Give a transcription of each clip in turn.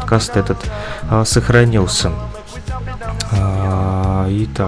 подкаст этот сохранился. Итак,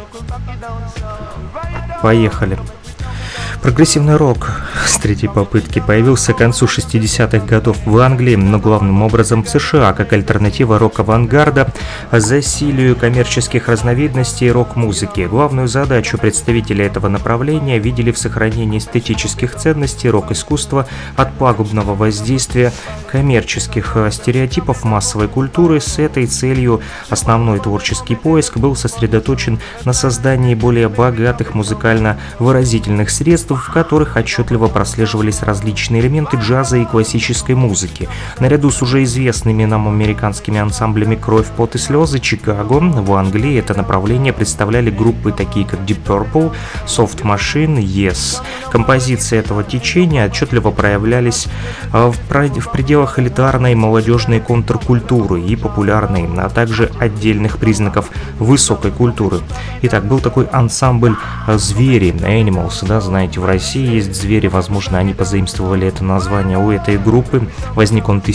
поехали. Прогрессивный рок с третьей попытки появился к концу 60-х годов в Англии, но главным образом в США, как альтернатива рок-авангарда, засилию коммерческих разновидностей рок-музыки. Главную задачу представителей этого направления видели в сохранении эстетических ценностей рок-искусства от пагубного воздействия коммерческих стереотипов массовой культуры. С этой целью основной творческий поиск был сосредоточен на создании более богатых музыкально-выразительных средств, в которых отчетливо прослеживались различные элементы джаза и классической музыки. Наряду с уже известными нам американскими ансамблями «Кровь, пот и слезы» Чикаго, в Англии это направление представляли группы такие как Deep Purple, Soft Machine, Yes. Композиции этого течения отчетливо проявлялись в пределах элитарной молодежной контркультуры и популярной, а также отдельных признаков высокой культуры. Итак, был такой ансамбль «Звери», Animals, да, знаете, в России есть «Звери», возможно, они позаимствовали это название у этой группы. Возник он в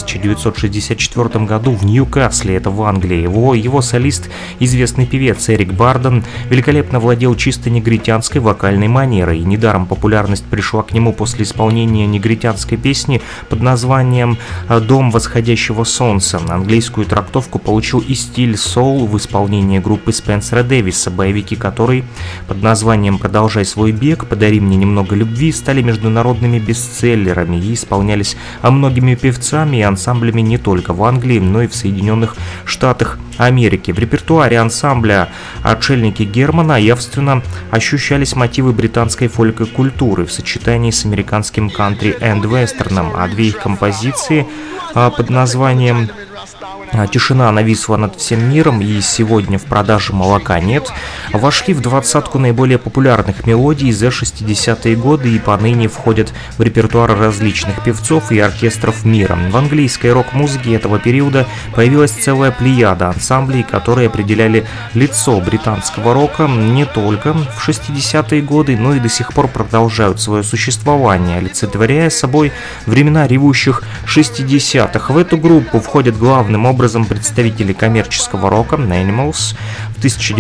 1964 году в Ньюкасле, это в Англии. Его солист, известный певец Эрик Барден, великолепно владел чисто негритянской вокальной манерой. И недаром популярность пришла к нему после исполнения негритянской песни под названием «Дом восходящего солнца». Английскую трактовку получил и стиль соул в исполнении группы Спенсера Дэвиса, боевики которой под названием «Продолжай свой бег», «Подари мне немного любви» стали международными бестселлерами и исполнялись многими певцами и ансамблями не только в Англии, но и в Соединенных Штатах Америки. В репертуаре ансамбля «Отшельники Германа» явственно ощущались мотивы британской фольк-культуры в сочетании с американским кантри энд вестерном, а две их композиции под названием «Тишина нависла над всем миром» и «Сегодня в продаже молока нет» вошли в двадцатку наиболее популярных мелодий за 60-е годы и поныне входят в репертуар различных певцов и оркестров мира. В английской рок-музыке этого периода появилась целая плеяда ансамблей, которые определяли лицо британского рока не только в 60-е годы, но и до сих пор продолжают свое существование, олицетворяя собой времена ревущих 60-х. В эту группу входят главным образом представители коммерческого рока Animals. В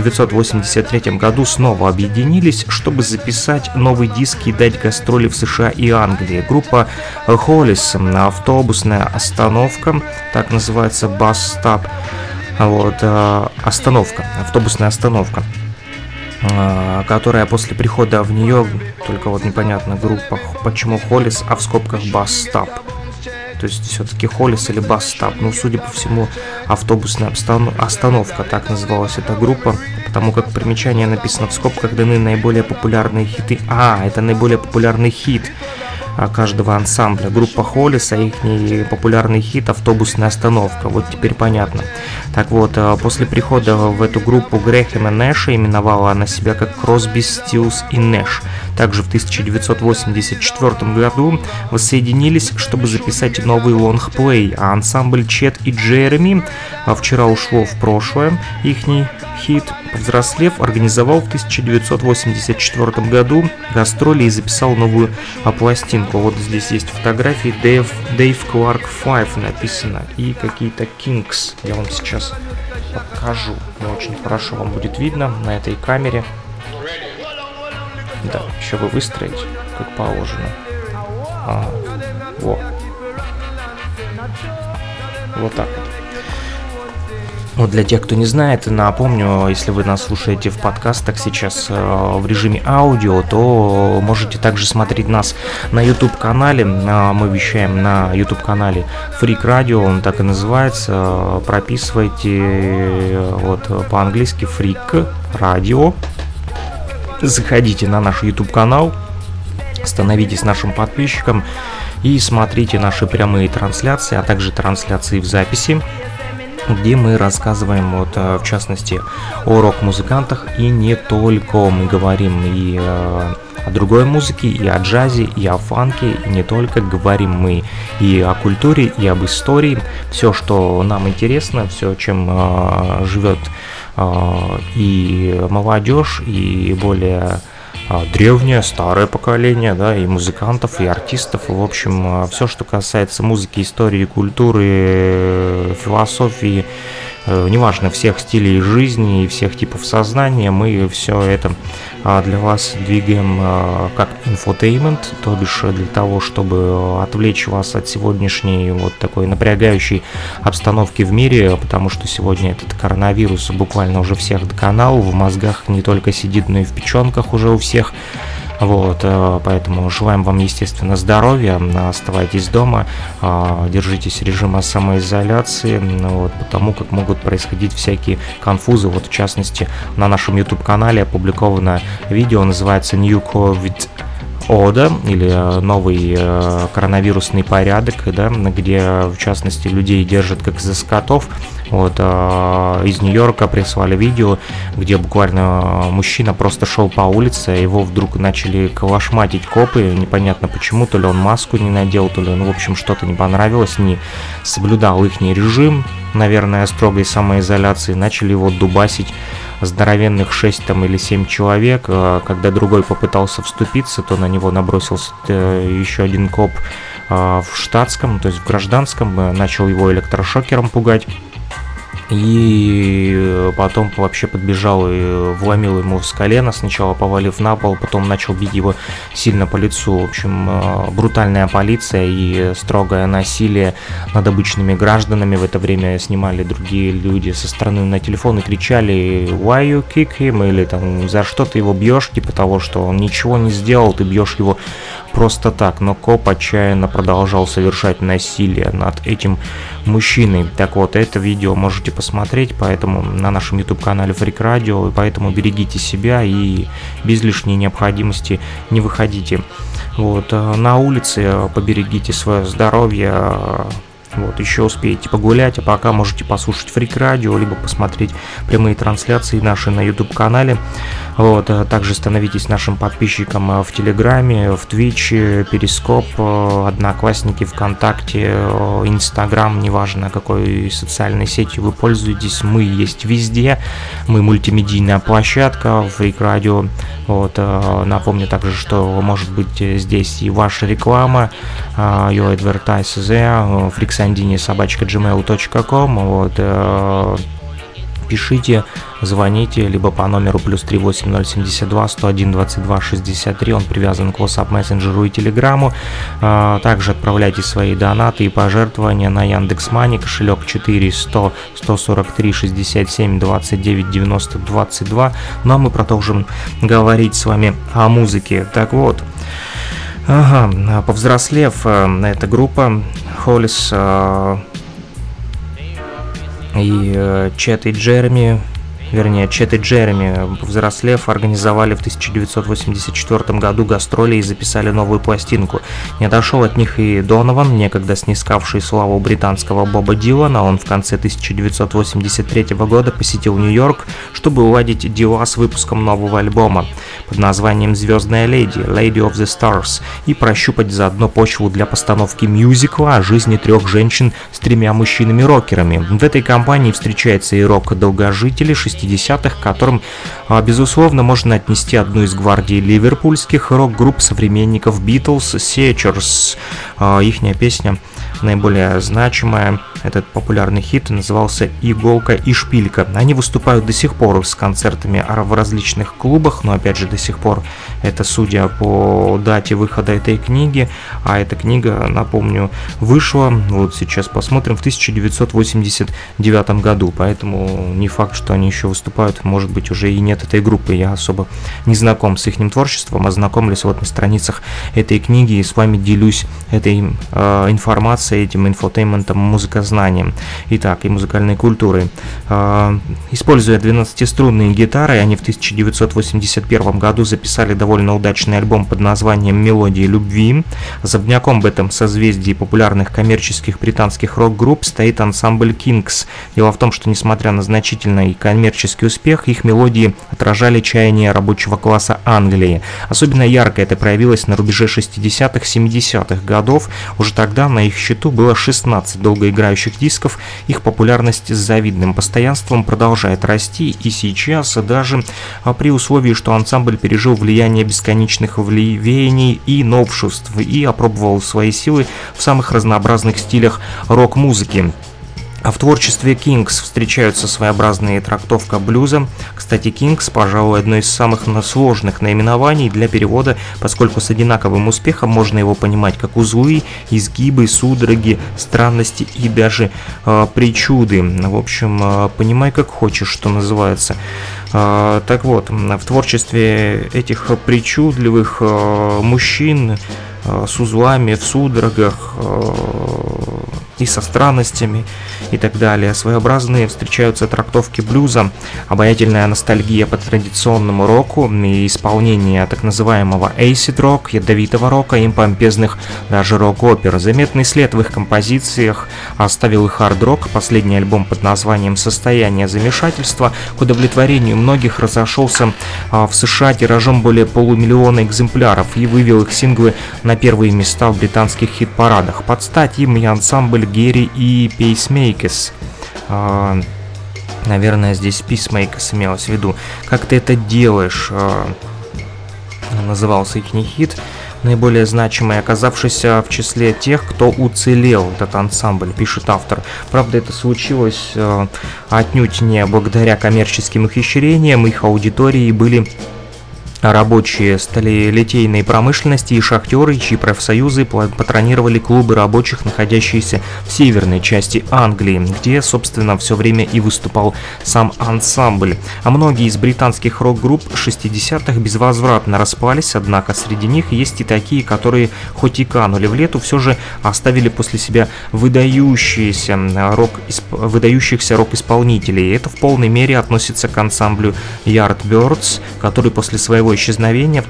1983 году снова объединились, чтобы записать новый диск и дать гастроли в США и Англии. Группа Hollies, автобусная остановка, так называется Bus Stop, автобусная остановка, которая после прихода в нее, только вот непонятно группа, почему Hollies, а в скобках Bus Stop. То есть все-таки Hollies или Bus Stop. Ну, судя по всему, автобусная остановка, так называлась эта группа, потому как примечание написано в скобках, даны наиболее популярные хиты. Это наиболее популярный хит каждого ансамбля. Группа Hollies, их популярный хит «Автобусная остановка». Вот теперь понятно. Так вот, после прихода в эту группу Грэхэма Нэша именовала она себя как Crosby, Stills и Нэш. Также в 1984 году воссоединились, чтобы записать новый лонгплей, а ансамбль Чет и Джереми «Вчера ушло в прошлое», ихний хит, повзрослев, организовал в 1984 году гастроли и записал новую пластинку. Вот здесь есть фотографии Dave Clark 5 написано и какие-то Kings. Я вам сейчас покажу. Не очень хорошо вам будет видно на этой камере. Да, еще вы выстроите, как положено. Вот так вот. Вот для тех, кто не знает, напомню, если вы нас слушаете в подкастах сейчас в режиме аудио, то можете также смотреть нас на YouTube-канале. Мы вещаем на YouTube-канале Freak Radio, он так и называется. Прописывайте по-английски Freak Radio. Заходите на наш YouTube-канал, становитесь нашим подписчиком и смотрите наши прямые трансляции, а также трансляции в записи, где мы рассказываем, в частности, о рок-музыкантах и не только. Мы говорим и о другой музыке, и о джазе, и о фанке, и не только. Говорим мы и о культуре, и об истории. Все, что нам интересно, все, чем живет и молодежь, и более древнее, старое поколение, да, и музыкантов, и артистов, и, в общем, все, что касается музыки, истории, культуры, философии, неважно, всех стилей жизни и всех типов сознания, мы все это для вас двигаем как инфотеймент, то бишь для того, чтобы отвлечь вас от сегодняшней вот такой напрягающей обстановки в мире, потому что сегодня этот коронавирус буквально уже всех доконал, в мозгах не только сидит, но и в печенках уже у всех. Вот, поэтому желаем вам, естественно, здоровья, оставайтесь дома, держитесь режима самоизоляции, вот, потому как могут происходить всякие конфузы. Вот, в частности, на нашем YouTube-канале опубликовано видео, называется New COVID Order, или новый коронавирусный порядок, да, где, в частности, людей держат как за скотов. Вот, из Нью-Йорка прислали видео, где буквально мужчина просто шел по улице, его вдруг начали калашматить копы, непонятно почему, то ли он маску не надел, то ли он, в общем, что-то не понравилось, не соблюдал их режим, наверное, строгой самоизоляции, начали его дубасить. Здоровенных 6 там, или 7 человек. Когда другой попытался вступиться, то на него набросился еще один коп в штатском, то есть в гражданском, начал его электрошокером пугать. И потом вообще подбежал и вломил ему с колена, сначала повалив на пол, потом начал бить его сильно по лицу. В общем, брутальная полиция и строгое насилие над обычными гражданами. В это время снимали другие люди со стороны на телефон и кричали «Why you kick him?» или там «За что ты его бьешь?» Типа того, что он ничего не сделал, ты бьешь его просто так. Но коп отчаянно продолжал совершать насилие над этим мужчиной. Так вот, это видео можете посмотреть, поэтому на нашем YouTube-канале Freak Radio, и поэтому берегите себя и без лишней необходимости не выходите. Вот, на улице поберегите свое здоровье. Вот, еще успеете погулять, а пока можете послушать Freak Radio, либо посмотреть прямые трансляции наши на YouTube-канале. Вот, также становитесь нашим подписчиком в Телеграме, в Твиче, Перископ, Одноклассники, ВКонтакте, Инстаграм, неважно какой социальной сетью вы пользуетесь, мы есть везде, мы мультимедийная площадка Freak Radio. Вот, напомню также, что может быть здесь и ваша реклама, your advertise there, freaksandini@gmail.com. Вот, пишите, звоните, либо по номеру +3 8072 101 22 63, он привязан к WhatsApp мессенджеру и Телеграму. Также отправляйте свои донаты и пожертвования на Яндекс.Мани, кошелек 400 143 67 29 90 22. Ну а мы продолжим говорить с вами о музыке. Так вот, повзрослев, эта группа Холлис и Чет и Джереми, повзрослев, организовали в 1984 году гастроли и записали новую пластинку. Не отошел от них и Донован, некогда снискавший славу британского Боба Дилана. Он в конце 1983 года посетил Нью-Йорк, чтобы уладить дела с выпуском нового альбома под названием «Звездная леди» (Lady of the Stars) и прощупать заодно почву для постановки мюзикла о жизни 3 женщин с 3 мужчинами-рокерами. В этой компании встречается и рок-долгожители 60-х, к которым, безусловно, можно отнести одну из гвардии ливерпульских рок-групп современников Beatles, Searchers. Ихняя песня наиболее значимая, этот популярный хит, назывался «Иголка и шпилька». Они выступают до сих пор с концертами в различных клубах, но опять же до сих пор это судя по дате выхода этой книги, а эта книга, напомню, вышла, вот сейчас посмотрим, в 1989 году, поэтому не факт, что они еще выступают, может быть уже и нет этой группы, я особо не знаком с их творчеством, ознакомлюсь вот на страницах этой книги и с вами делюсь этой информацией, этим инфотейментом, музыкознанием, итак, и музыкальной культурой. Используя 12-струнные гитары, они в 1981 году записали довольно удачный альбом под названием «Мелодии любви». Особняком в этом созвездии популярных коммерческих британских рок-групп стоит ансамбль Kinks. Дело в том, что несмотря на значительный коммерческий успех, их мелодии отражали чаяния рабочего класса Англии. Особенно ярко это проявилось на рубеже 60-х, 70-х годов. Уже тогда на их счету было 16 долгоиграющих продающих дисков, их популярность с завидным постоянством продолжает расти, и сейчас даже при условии, что ансамбль пережил влияние бесконечных веяний и новшеств и опробовал свои силы в самых разнообразных стилях рок-музыки. А в творчестве Kings встречаются своеобразные трактовка блюза. Кстати, Kings, пожалуй, одно из самых сложных наименований для перевода, поскольку с одинаковым успехом можно его понимать как узлы, изгибы, судороги, странности и даже причуды. В общем, понимай как хочешь, что называется. Так вот, в творчестве этих причудливых мужчин с узлами, в судорогах и со странностями и так далее. Своеобразные встречаются трактовки блюза, обаятельная ностальгия по традиционному року и исполнение так называемого acid-рок, ядовитого рока и помпезных даже рок-опер. Заметный след в их композициях оставил и хард-рок. Последний альбом под названием «Состояние замешательства» к удовлетворению многих разошелся в США тиражом более полумиллиона экземпляров и вывел их синглы на первые места в британских хит-парадах. Под стать им и ансамбль Герри и Pacemakers. Наверное, здесь Peacemakers имелось в виду. «Как ты это делаешь?» назывался их хит, наиболее значимый, оказавшийся в числе тех, кто уцелел, этот ансамбль, пишет автор. Правда, это случилось отнюдь не благодаря коммерческим ухищрениям, их аудитории были рабочие сталелитейной промышленности и шахтеры, чьи профсоюзы патронировали клубы рабочих, находящиеся в северной части Англии, где, собственно, все время и выступал сам ансамбль. А многие из британских рок-групп 60-х безвозвратно распались, однако среди них есть и такие, которые, хоть и канули в лету, все же оставили после себя выдающихся рок-исполнителей. Это в полной мере относится к ансамблю Yardbirds, который после своего исчезновения в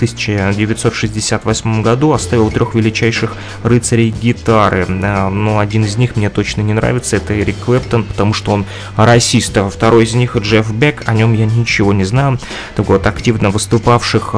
1968 году оставил трех величайших рыцарей гитары. Но один из них мне точно не нравится, это Эрик Клэптон, потому что он расист. А второй из них Джефф Бек, о нем я ничего не знаю. Так вот, активно выступавших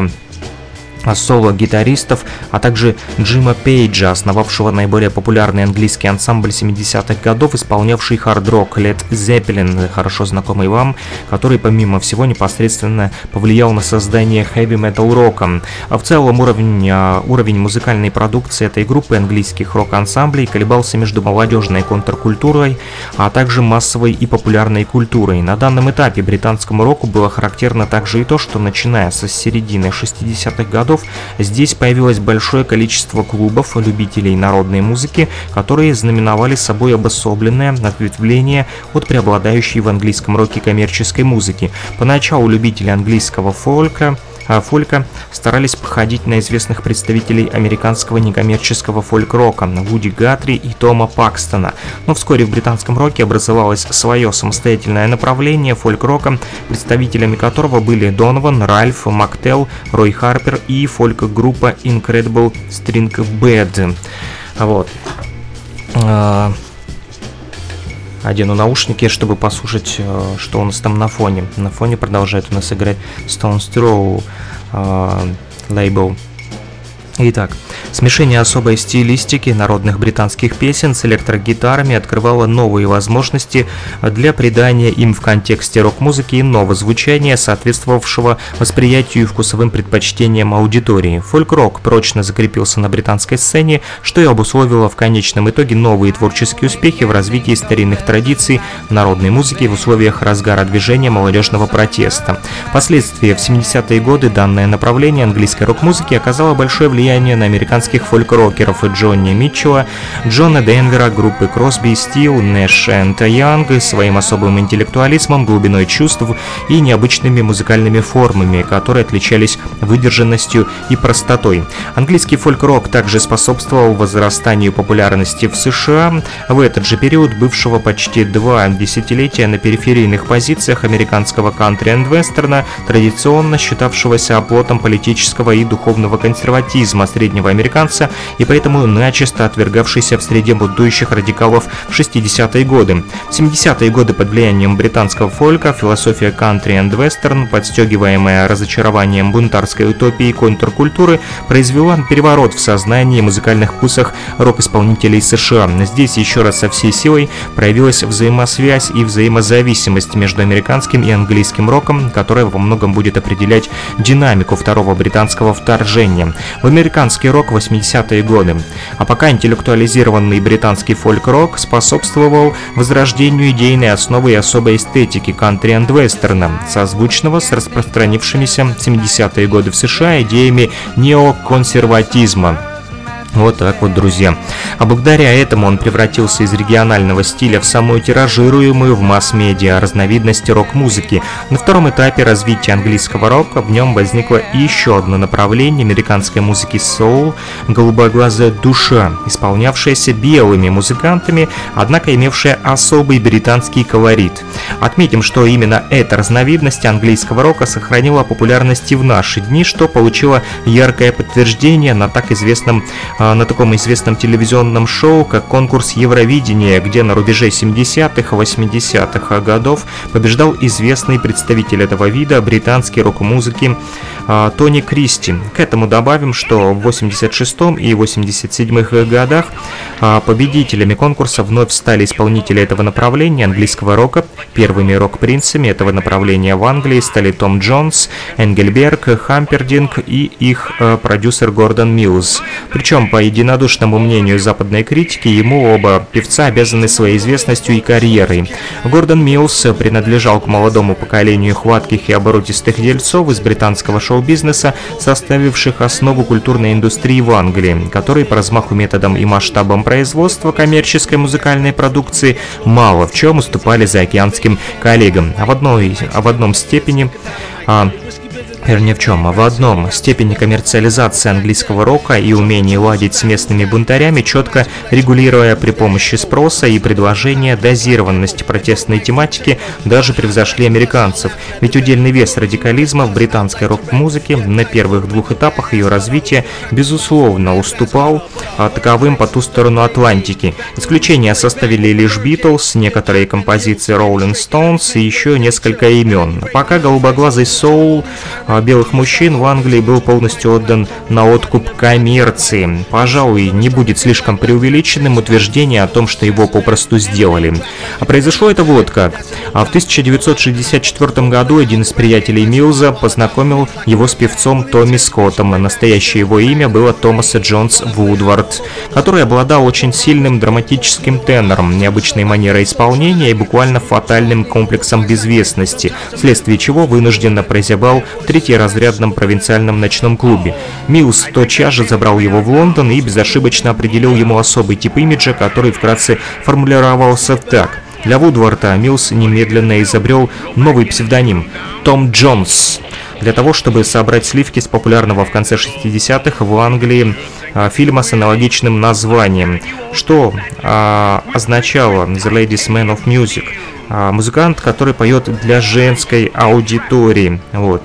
соло-гитаристов, а также Джима Пейджа, основавшего наиболее популярный английский ансамбль 70-х годов, исполнявший хард-рок Led Zeppelin, хорошо знакомый вам, который, помимо всего, непосредственно повлиял на создание хэви-метал рока. В целом, уровень музыкальной продукции этой группы английских рок-ансамблей колебался между молодежной контркультурой, а также массовой и популярной культурой. На данном этапе британскому року было характерно также и то, что, начиная с середины 60-х годов, здесь появилось большое количество клубов любителей народной музыки, которые знаменовали собой обособленное ответвление от преобладающей в английском роке коммерческой музыки. Поначалу любители английского фолька старались походить на известных представителей американского некоммерческого фольк-рока Вуди Гатри и Тома Пакстона. Но вскоре в британском роке образовалось свое самостоятельное направление фольк-рока, представителями которого были Донован, Ральф, Мактел, Рой Харпер и фольк-группа Incredible String Band. Вот. Одену наушники, чтобы послушать, что у нас там на фоне. На фоне продолжает у нас играть Stones Throw лейбл. Итак, смешение особой стилистики народных британских песен с электрогитарами открывало новые возможности для придания им в контексте рок-музыки иного звучания, соответствовавшего восприятию и вкусовым предпочтениям аудитории. Фольк-рок прочно закрепился на британской сцене, что и обусловило в конечном итоге новые творческие успехи в развитии старинных традиций народной музыки в условиях разгара движения молодежного протеста. Впоследствии, в 70-е годы, данное направление английской рок-музыки оказало большое влияние на американских фольк-рокеров Джонни Митчелла, Джона Денвера, группы Кросби и Стил, Нэш энд Янг своим особым интеллектуализмом, глубиной чувств и необычными музыкальными формами, которые отличались выдержанностью и простотой. Английский фольк-рок также способствовал возрастанию популярности в США. В этот же период, бывшего почти 2 десятилетия на периферийных позициях американского кантри энд вестерна, традиционно считавшегося оплотом политического и духовного консерватизма среднего американца, американца и поэтому начисто отвергавшийся в среде будующих радикалов в 60-е годы. В 70-е годы под влиянием британского фолька философия кантри и вестерн, подстегиваемая разочарованием бунтарской утопии и контркультуры, произвела переворот в сознании и музыкальных вкусах рок-исполнителей США. Здесь еще раз со всей силой проявилась взаимосвязь и взаимозависимость между американским и английским роком, которая во многом будет определять динамику второго британского вторжения в американский рок в 80-е годы. А пока интеллектуализированный британский фольк-рок способствовал возрождению идейной основы и особой эстетики кантри и вестерна, созвучного с распространившимися в 70-е годы в США идеями неоконсерватизма. Вот так вот, друзья. А благодаря этому он превратился из регионального стиля в самую тиражируемую в масс-медиа разновидность рок-музыки. На втором этапе развития английского рока в нем возникло еще одно направление американской музыки соул — голубоглазая душа, исполнявшаяся белыми музыкантами, однако имевшая особый британский колорит. Отметим, что именно эта разновидность английского рока сохранила популярность и в наши дни, что получило яркое подтверждение на таком известном телевизионном шоу, как конкурс Евровидения, где на рубеже 70-х и 80-х годов побеждал известный представитель этого вида британской рок-музыки Тони Кристи. К этому добавим, что в 86-м и 87-х годах победителями конкурса вновь стали исполнители этого направления английского рока. Первыми рок-принцами этого направления в Англии стали Том Джонс, Энгельберг, Хампердинг и их продюсер Гордон Миллс. Причем, по единодушному мнению западной критики, ему оба певца обязаны своей известностью и карьерой. Гордон Миллс принадлежал к молодому поколению хватких и оборотистых дельцов из британского шоу-бизнеса, составивших основу культурной индустрии в Англии, которые по размаху, методам и масштабам производства коммерческой музыкальной продукции мало в чем уступали заокеанским коллегам, в одном степени коммерциализации английского рока и умение ладить с местными бунтарями, четко регулируя при помощи спроса и предложения дозированность протестной тематики, даже превзошли американцев. Ведь удельный вес радикализма в британской рок-музыке на первых двух этапах ее развития безусловно уступал таковым по ту сторону Атлантики. Исключения составили лишь Битлз, некоторые композиции Rolling Stones и еще несколько имен. Пока голубоглазый соул белых мужчин в Англии был полностью отдан на откуп коммерции. Пожалуй, не будет слишком преувеличенным утверждение о том, что его попросту сделали. А произошло это вот как. В 1964 году один из приятелей Миллза познакомил его с певцом Томми Скоттом. Настоящее его имя было Томас Джонс Вудвард, который обладал очень сильным драматическим тенором, необычной манерой исполнения и буквально фатальным комплексом безвестности, вследствие чего вынужденно прозябал в третьеразрядном провинциальном ночном клубе. Миллс тотчас же забрал его в Лондон и безошибочно определил ему особый тип имиджа, который вкратце формулировался так. Для Вудварда Миллс немедленно изобрел новый псевдоним – Том Джонс, для того, чтобы собрать сливки с популярного в конце 60-х в Англии фильма с аналогичным названием, что означало «The Ladies Man of Music», музыкант, который поет для женской аудитории. Вот.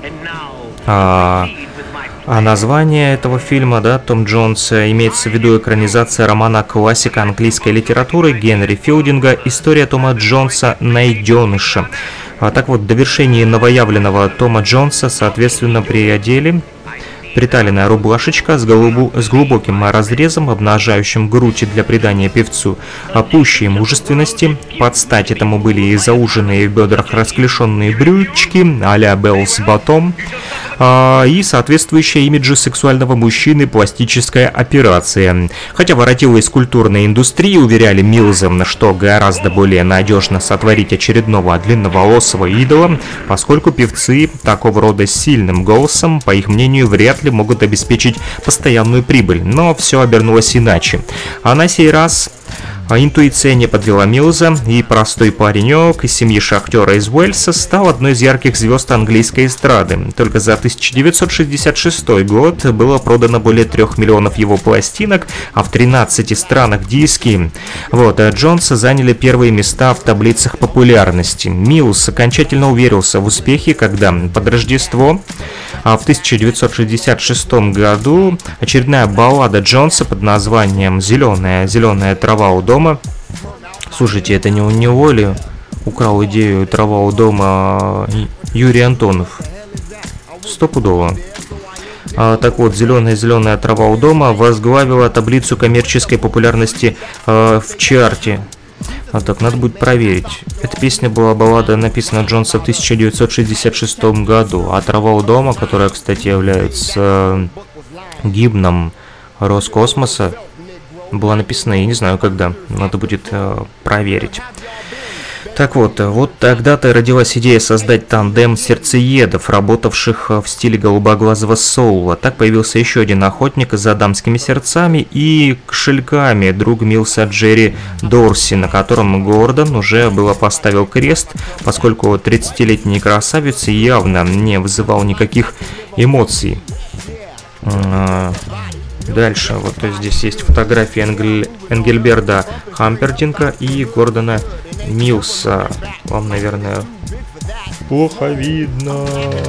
А название этого фильма, да, Том Джонс, имеется в виду экранизация романа классика английской литературы Генри Филдинга «История Тома Джонса. Найденыша». Так вот, в довершении новоявленного Тома Джонса, соответственно, приталенная рубашечка с глубоким разрезом, обнажающим грудь для придания певцу пущей мужественности. Под стать этому были и зауженные в бедрах расклешенные брючки а-ля Беллс Ботом, и соответствующая имиджу сексуального мужчины пластическая операция. Хотя воротилы из культурной индустрии уверяли Миллза, что гораздо более надежно сотворить очередного длинноволосого идола, поскольку певцы такого рода с сильным голосом, по их мнению, вряд ли могут обеспечить постоянную прибыль. Но все обернулось иначе. А на сей раз интуиция не подвела Миллза, и простой паренек из семьи шахтера из Уэльса стал одной из ярких звезд английской эстрады. Только за 1966 год было продано более 3 миллионов его пластинок, а в 13 странах диски. Джонса заняли первые места в таблицах популярности. Миллз окончательно уверился в успехе, когда под Рождество В 1966 году очередная баллада Джонса под названием «Зеленая трава у дома». Слушайте, это не у него ли украл идею «Трава у дома» Юрий Антонов? Стопудово. Так вот, «Зеленая трава у дома» возглавила таблицу коммерческой популярности в чарте. Так, надо будет проверить. Эта песня была, баллада, написана Джонсом в 1966 году, а «Трава у дома», которая, кстати, является гимном Роскосмоса, была написана, я не знаю когда, надо будет проверить. Так вот тогда-то родилась идея создать тандем сердцеедов, работавших в стиле голубоглазого соула. Так появился еще один охотник за дамскими сердцами и кошельками, друг Милса Джерри Дорси, на котором Гордон уже было поставил крест, поскольку 30-летний красавец явно не вызывал никаких эмоций. Дальше, вот здесь есть фотографии Энгельберта Хампердинга и Гордона Милса. Вам, наверное, плохо видно.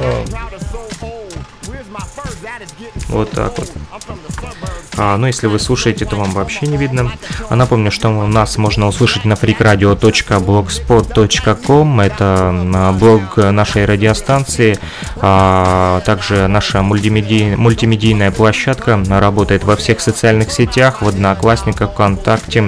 Вот так вот. Ну, если вы слушаете, то вам вообще не видно. Напомню, что нас можно услышать на freakradio.blogspot.com. Это блог нашей радиостанции. Также наша мультимедийная площадка работает во всех социальных сетях, в Одноклассниках, ВКонтакте,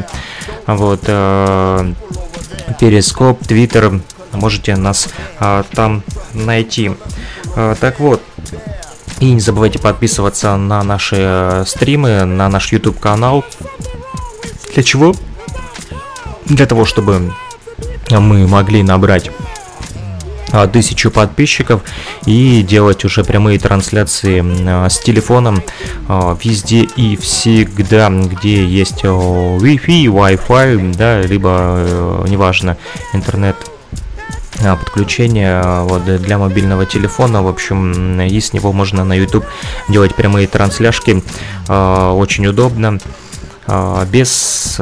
Перископ, Твиттер. Можете нас там найти. Так вот. И не забывайте подписываться на наши стримы, на наш YouTube-канал. Для чего? Для того, чтобы мы могли набрать 1000 подписчиков и делать уже прямые трансляции с телефоном везде и всегда, где есть Wi-Fi, да, либо, неважно, интернет. Подключение для мобильного телефона. В общем, и с него можно на YouTube делать прямые трансляшки. Очень удобно. Без,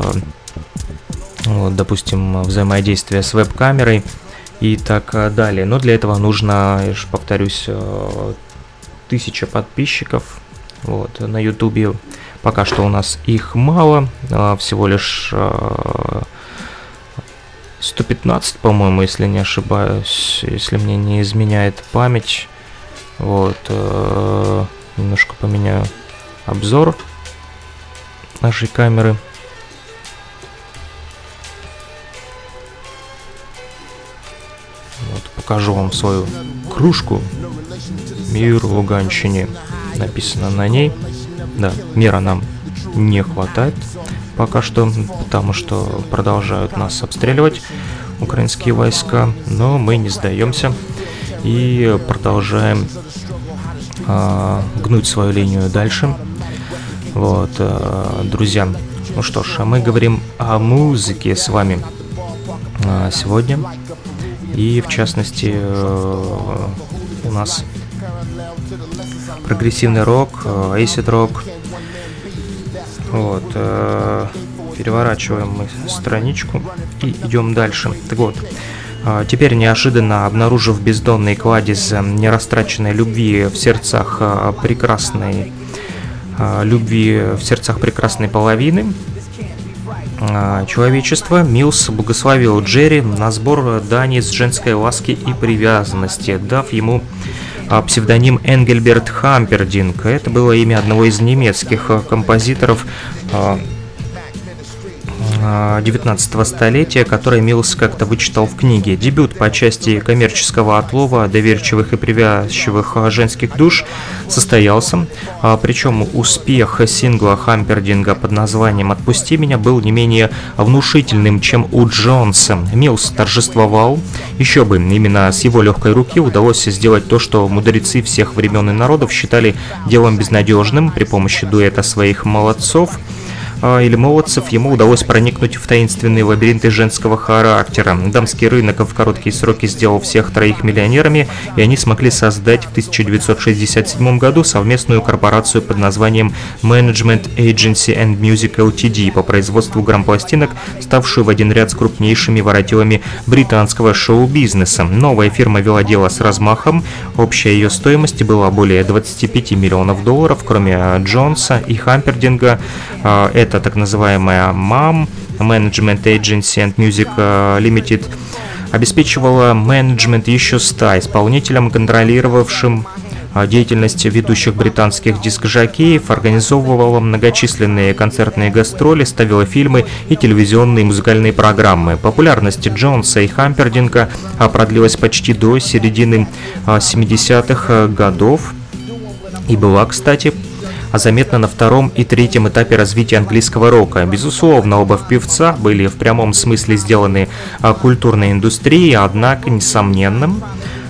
допустим, взаимодействия с веб-камерой и так далее. Но для этого нужно, я же повторюсь, 1000 подписчиков. На YouTube. Пока что у нас их мало. Всего лишь 115, по-моему, если не ошибаюсь, если мне не изменяет память. Немножко поменяю обзор нашей камеры. Покажу вам свою кружку. Мир в Луганщине написано на ней. Да, мира нам не хватает пока что, потому что продолжают нас обстреливать украинские войска, но мы не сдаемся и продолжаем гнуть свою линию дальше. Друзья, ну что ж, мы говорим о музыке с вами сегодня, и в частности у нас прогрессивный рок, acid рок. Переворачиваем мы страничку и идем дальше. Так вот, теперь, неожиданно обнаружив бездонный кладезь нерастраченной любви в сердцах прекрасной половины человечества, Милс благословил Джерри на сбор дани с женской ласки и привязанности, дав ему псевдоним Энгельберт Хампердинг. Это было имя одного из немецких композиторов 19 столетия, который Милс как-то вычитал в книге. Дебют по части коммерческого отлова доверчивых и привязчивых женских душ состоялся, причем успех сингла Хампердинга под названием «Отпусти меня» был не менее внушительным, чем у Джонса. Милс торжествовал. Еще бы, именно с его легкой руки удалось сделать то, что мудрецы всех времен и народов считали делом безнадежным. При помощи дуэта своих молодцов или молодцев, ему удалось проникнуть в таинственные лабиринты женского характера. Дамский рынок в короткие сроки сделал всех троих миллионерами, и они смогли создать в 1967 году совместную корпорацию под названием Management Agency and Music Ltd. по производству грампластинок, ставшую в один ряд с крупнейшими воротилами британского шоу-бизнеса. Новая фирма вела дело с размахом, общая ее стоимость была более 25 миллионов долларов, кроме Джонса и Хампердинга. Это так называемая MAM, Management Agency and Music Limited, обеспечивала менеджмент еще 100 исполнителям, контролировавшим деятельность ведущих британских диск-жокеев, организовывала многочисленные концертные гастроли, ставила фильмы и телевизионные музыкальные программы. Популярность Джонса и Хампердинга продлилась почти до середины 70-х годов и была, кстати, заметно на втором и третьем этапе развития английского рока. Безусловно, оба певца были в прямом смысле сделаны культурной индустрией, однако несомненным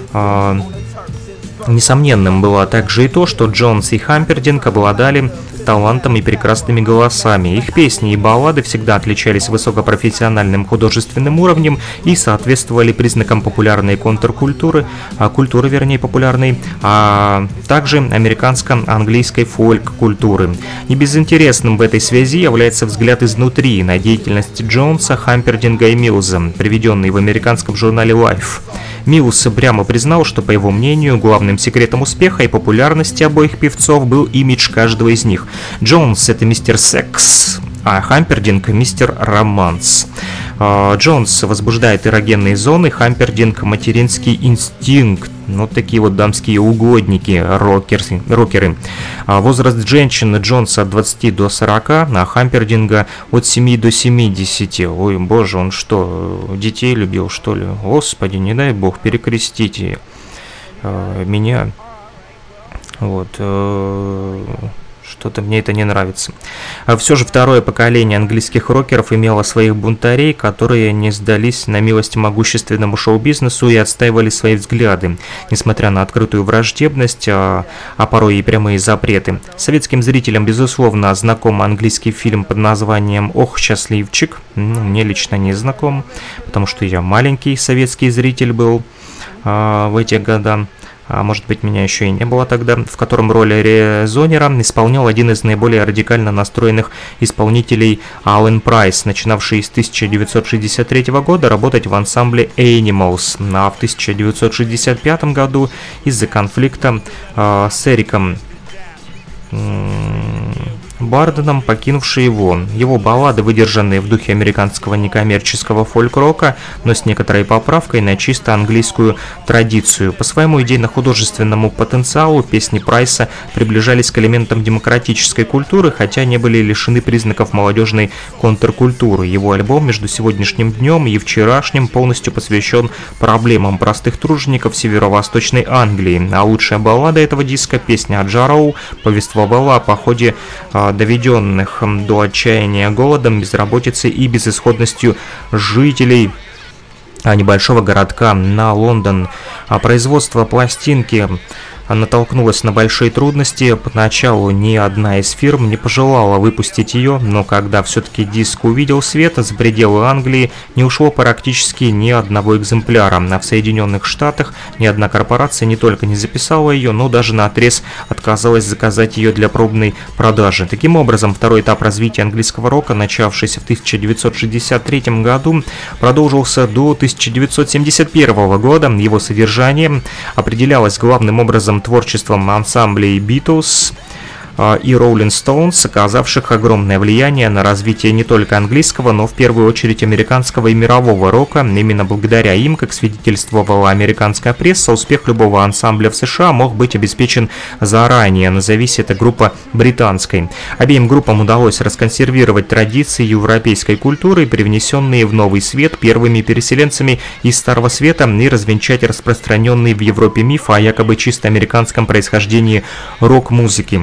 было также и то, что Джонс и Хампердинг обладали талантом и прекрасными голосами. Их песни и баллады всегда отличались высокопрофессиональным художественным уровнем и соответствовали признакам популярной контркультуры, популярной, а также американско-английской фольк-культуры. Небезынтересным в этой связи является взгляд изнутри на деятельность Джонса, Хампердинга и Милза, приведенный в американском журнале Life. Милс прямо признал, что, по его мнению, главным секретом успеха и популярности обоих певцов был имидж каждого из них. Джонс — это мистер Секс, а Хампердинг — мистер Романс. Джонс возбуждает эрогенные зоны, Хампердинг — материнский инстинкт. Ну, такие вот дамские угодники, рокеры. Возраст женщины Джонса от 20 до 40, а Хампердинга от 7 до 70. Ой, боже, он что, детей любил, что ли? Господи, не дай бог, перекрестите меня. Вот. Что-то мне это не нравится. Все же второе поколение английских рокеров имело своих бунтарей, которые не сдались на милость могущественному шоу-бизнесу и отстаивали свои взгляды, несмотря на открытую враждебность, а порой и прямые запреты. Советским зрителям, безусловно, знаком английский фильм под названием «Ох, счастливчик». Мне лично не знаком, потому что я маленький советский зритель был в эти годы. А может быть, меня еще и не было тогда, в котором роль резонера исполнял один из наиболее радикально настроенных исполнителей Аллен Прайс, начинавший с 1963 года работать в ансамбле Animals, а в 1965 году из-за конфликта с Эриком Барденом, покинувший его. Его баллады, выдержанные в духе американского некоммерческого фольк-рока, но с некоторой поправкой на чисто английскую традицию. По своему идейно-художественному потенциалу песни Прайса приближались к элементам демократической культуры, хотя не были лишены признаков молодежной контркультуры. Его альбом «Между сегодняшним днем и вчерашним» полностью посвящен проблемам простых тружеников северо-восточной Англии, а лучшая баллада этого диска, песня «Джароу», повествовала о походе доведенных до отчаяния голодом, безработицей и безысходностью жителей небольшого городка на Лондон. Производство пластинки натолкнулась на большие трудности. Поначалу ни одна из фирм не пожелала выпустить ее, но когда все-таки диск увидел свет за пределы Англии, не ушло практически ни одного экземпляра. А в Соединенных Штатах ни одна корпорация не только не записала ее, но даже наотрез отказалась заказать ее для пробной продажи. Таким образом, второй этап развития английского рока, начавшийся в 1963 году, продолжился до 1971 года. Его содержание определялось главным образом творчеством ансамблей Beatles и Rolling Stones, оказавших огромное влияние на развитие не только английского, но в первую очередь американского и мирового рока. Именно благодаря им, как свидетельствовала американская пресса, успех любого ансамбля в США мог быть обеспечен заранее, назовись эта группа британской. Обеим группам удалось расконсервировать традиции европейской культуры, привнесенные в новый свет первыми переселенцами из Старого Света, и развенчать распространенный в Европе миф о якобы чисто американском происхождении рок-музыки. А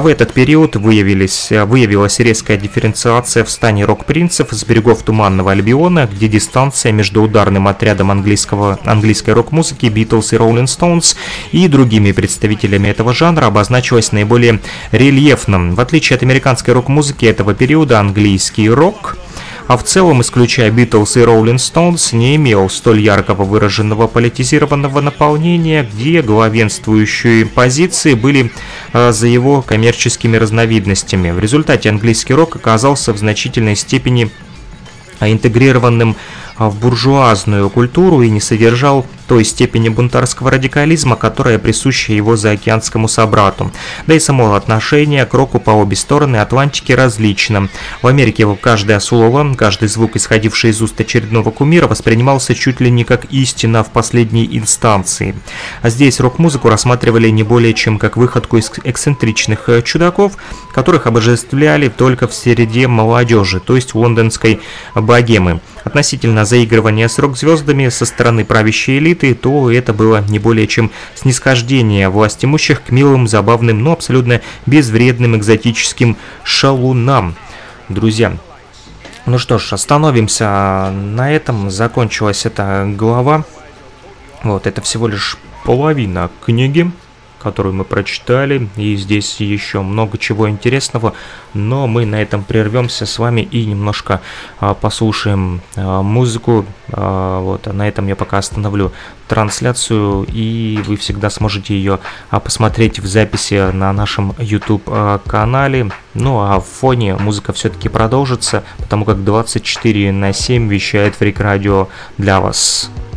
в этот период выявилась резкая дифференциация в стане рок-принцев с берегов Туманного Альбиона, где дистанция между ударным отрядом английской рок-музыки Beatles и Rolling Stones и другими представителями этого жанра обозначилась наиболее рельефно. В отличие от американской рок-музыки этого периода, английский рок, а в целом, исключая Beatles и Rolling Stones, не имел столь яркого выраженного политизированного наполнения, где главенствующие позиции были за его коммерческими разновидностями. В результате английский рок оказался в значительной степени интегрированным в буржуазную культуру и не содержал той степени бунтарского радикализма, которая присуща его заокеанскому собрату. Да и само отношение к року по обе стороны Атлантики различно. В Америке каждое слово, каждый звук, исходивший из уст очередного кумира, воспринимался чуть ли не как истина в последней инстанции. А здесь рок-музыку рассматривали не более чем как выходку из эксцентричных чудаков, которых обожествляли только в среде молодежи, то есть лондонской богемы. Относительно заигрывания с рок-звездами со стороны правящей элиты, то это было не более чем снисхождение власть имущих к милым, забавным, но абсолютно безвредным экзотическим шалунам. Друзья, ну что ж, остановимся на этом. Закончилась эта глава. Вот, это всего лишь половина книги, которую мы прочитали, и здесь еще много чего интересного, но мы на этом прервемся с вами и немножко послушаем музыку. Вот, на этом я пока остановлю трансляцию, и вы всегда сможете ее посмотреть в записи на нашем YouTube-канале. Ну а в фоне музыка все-таки продолжится, потому как 24/7 вещает Freak Radio для вас.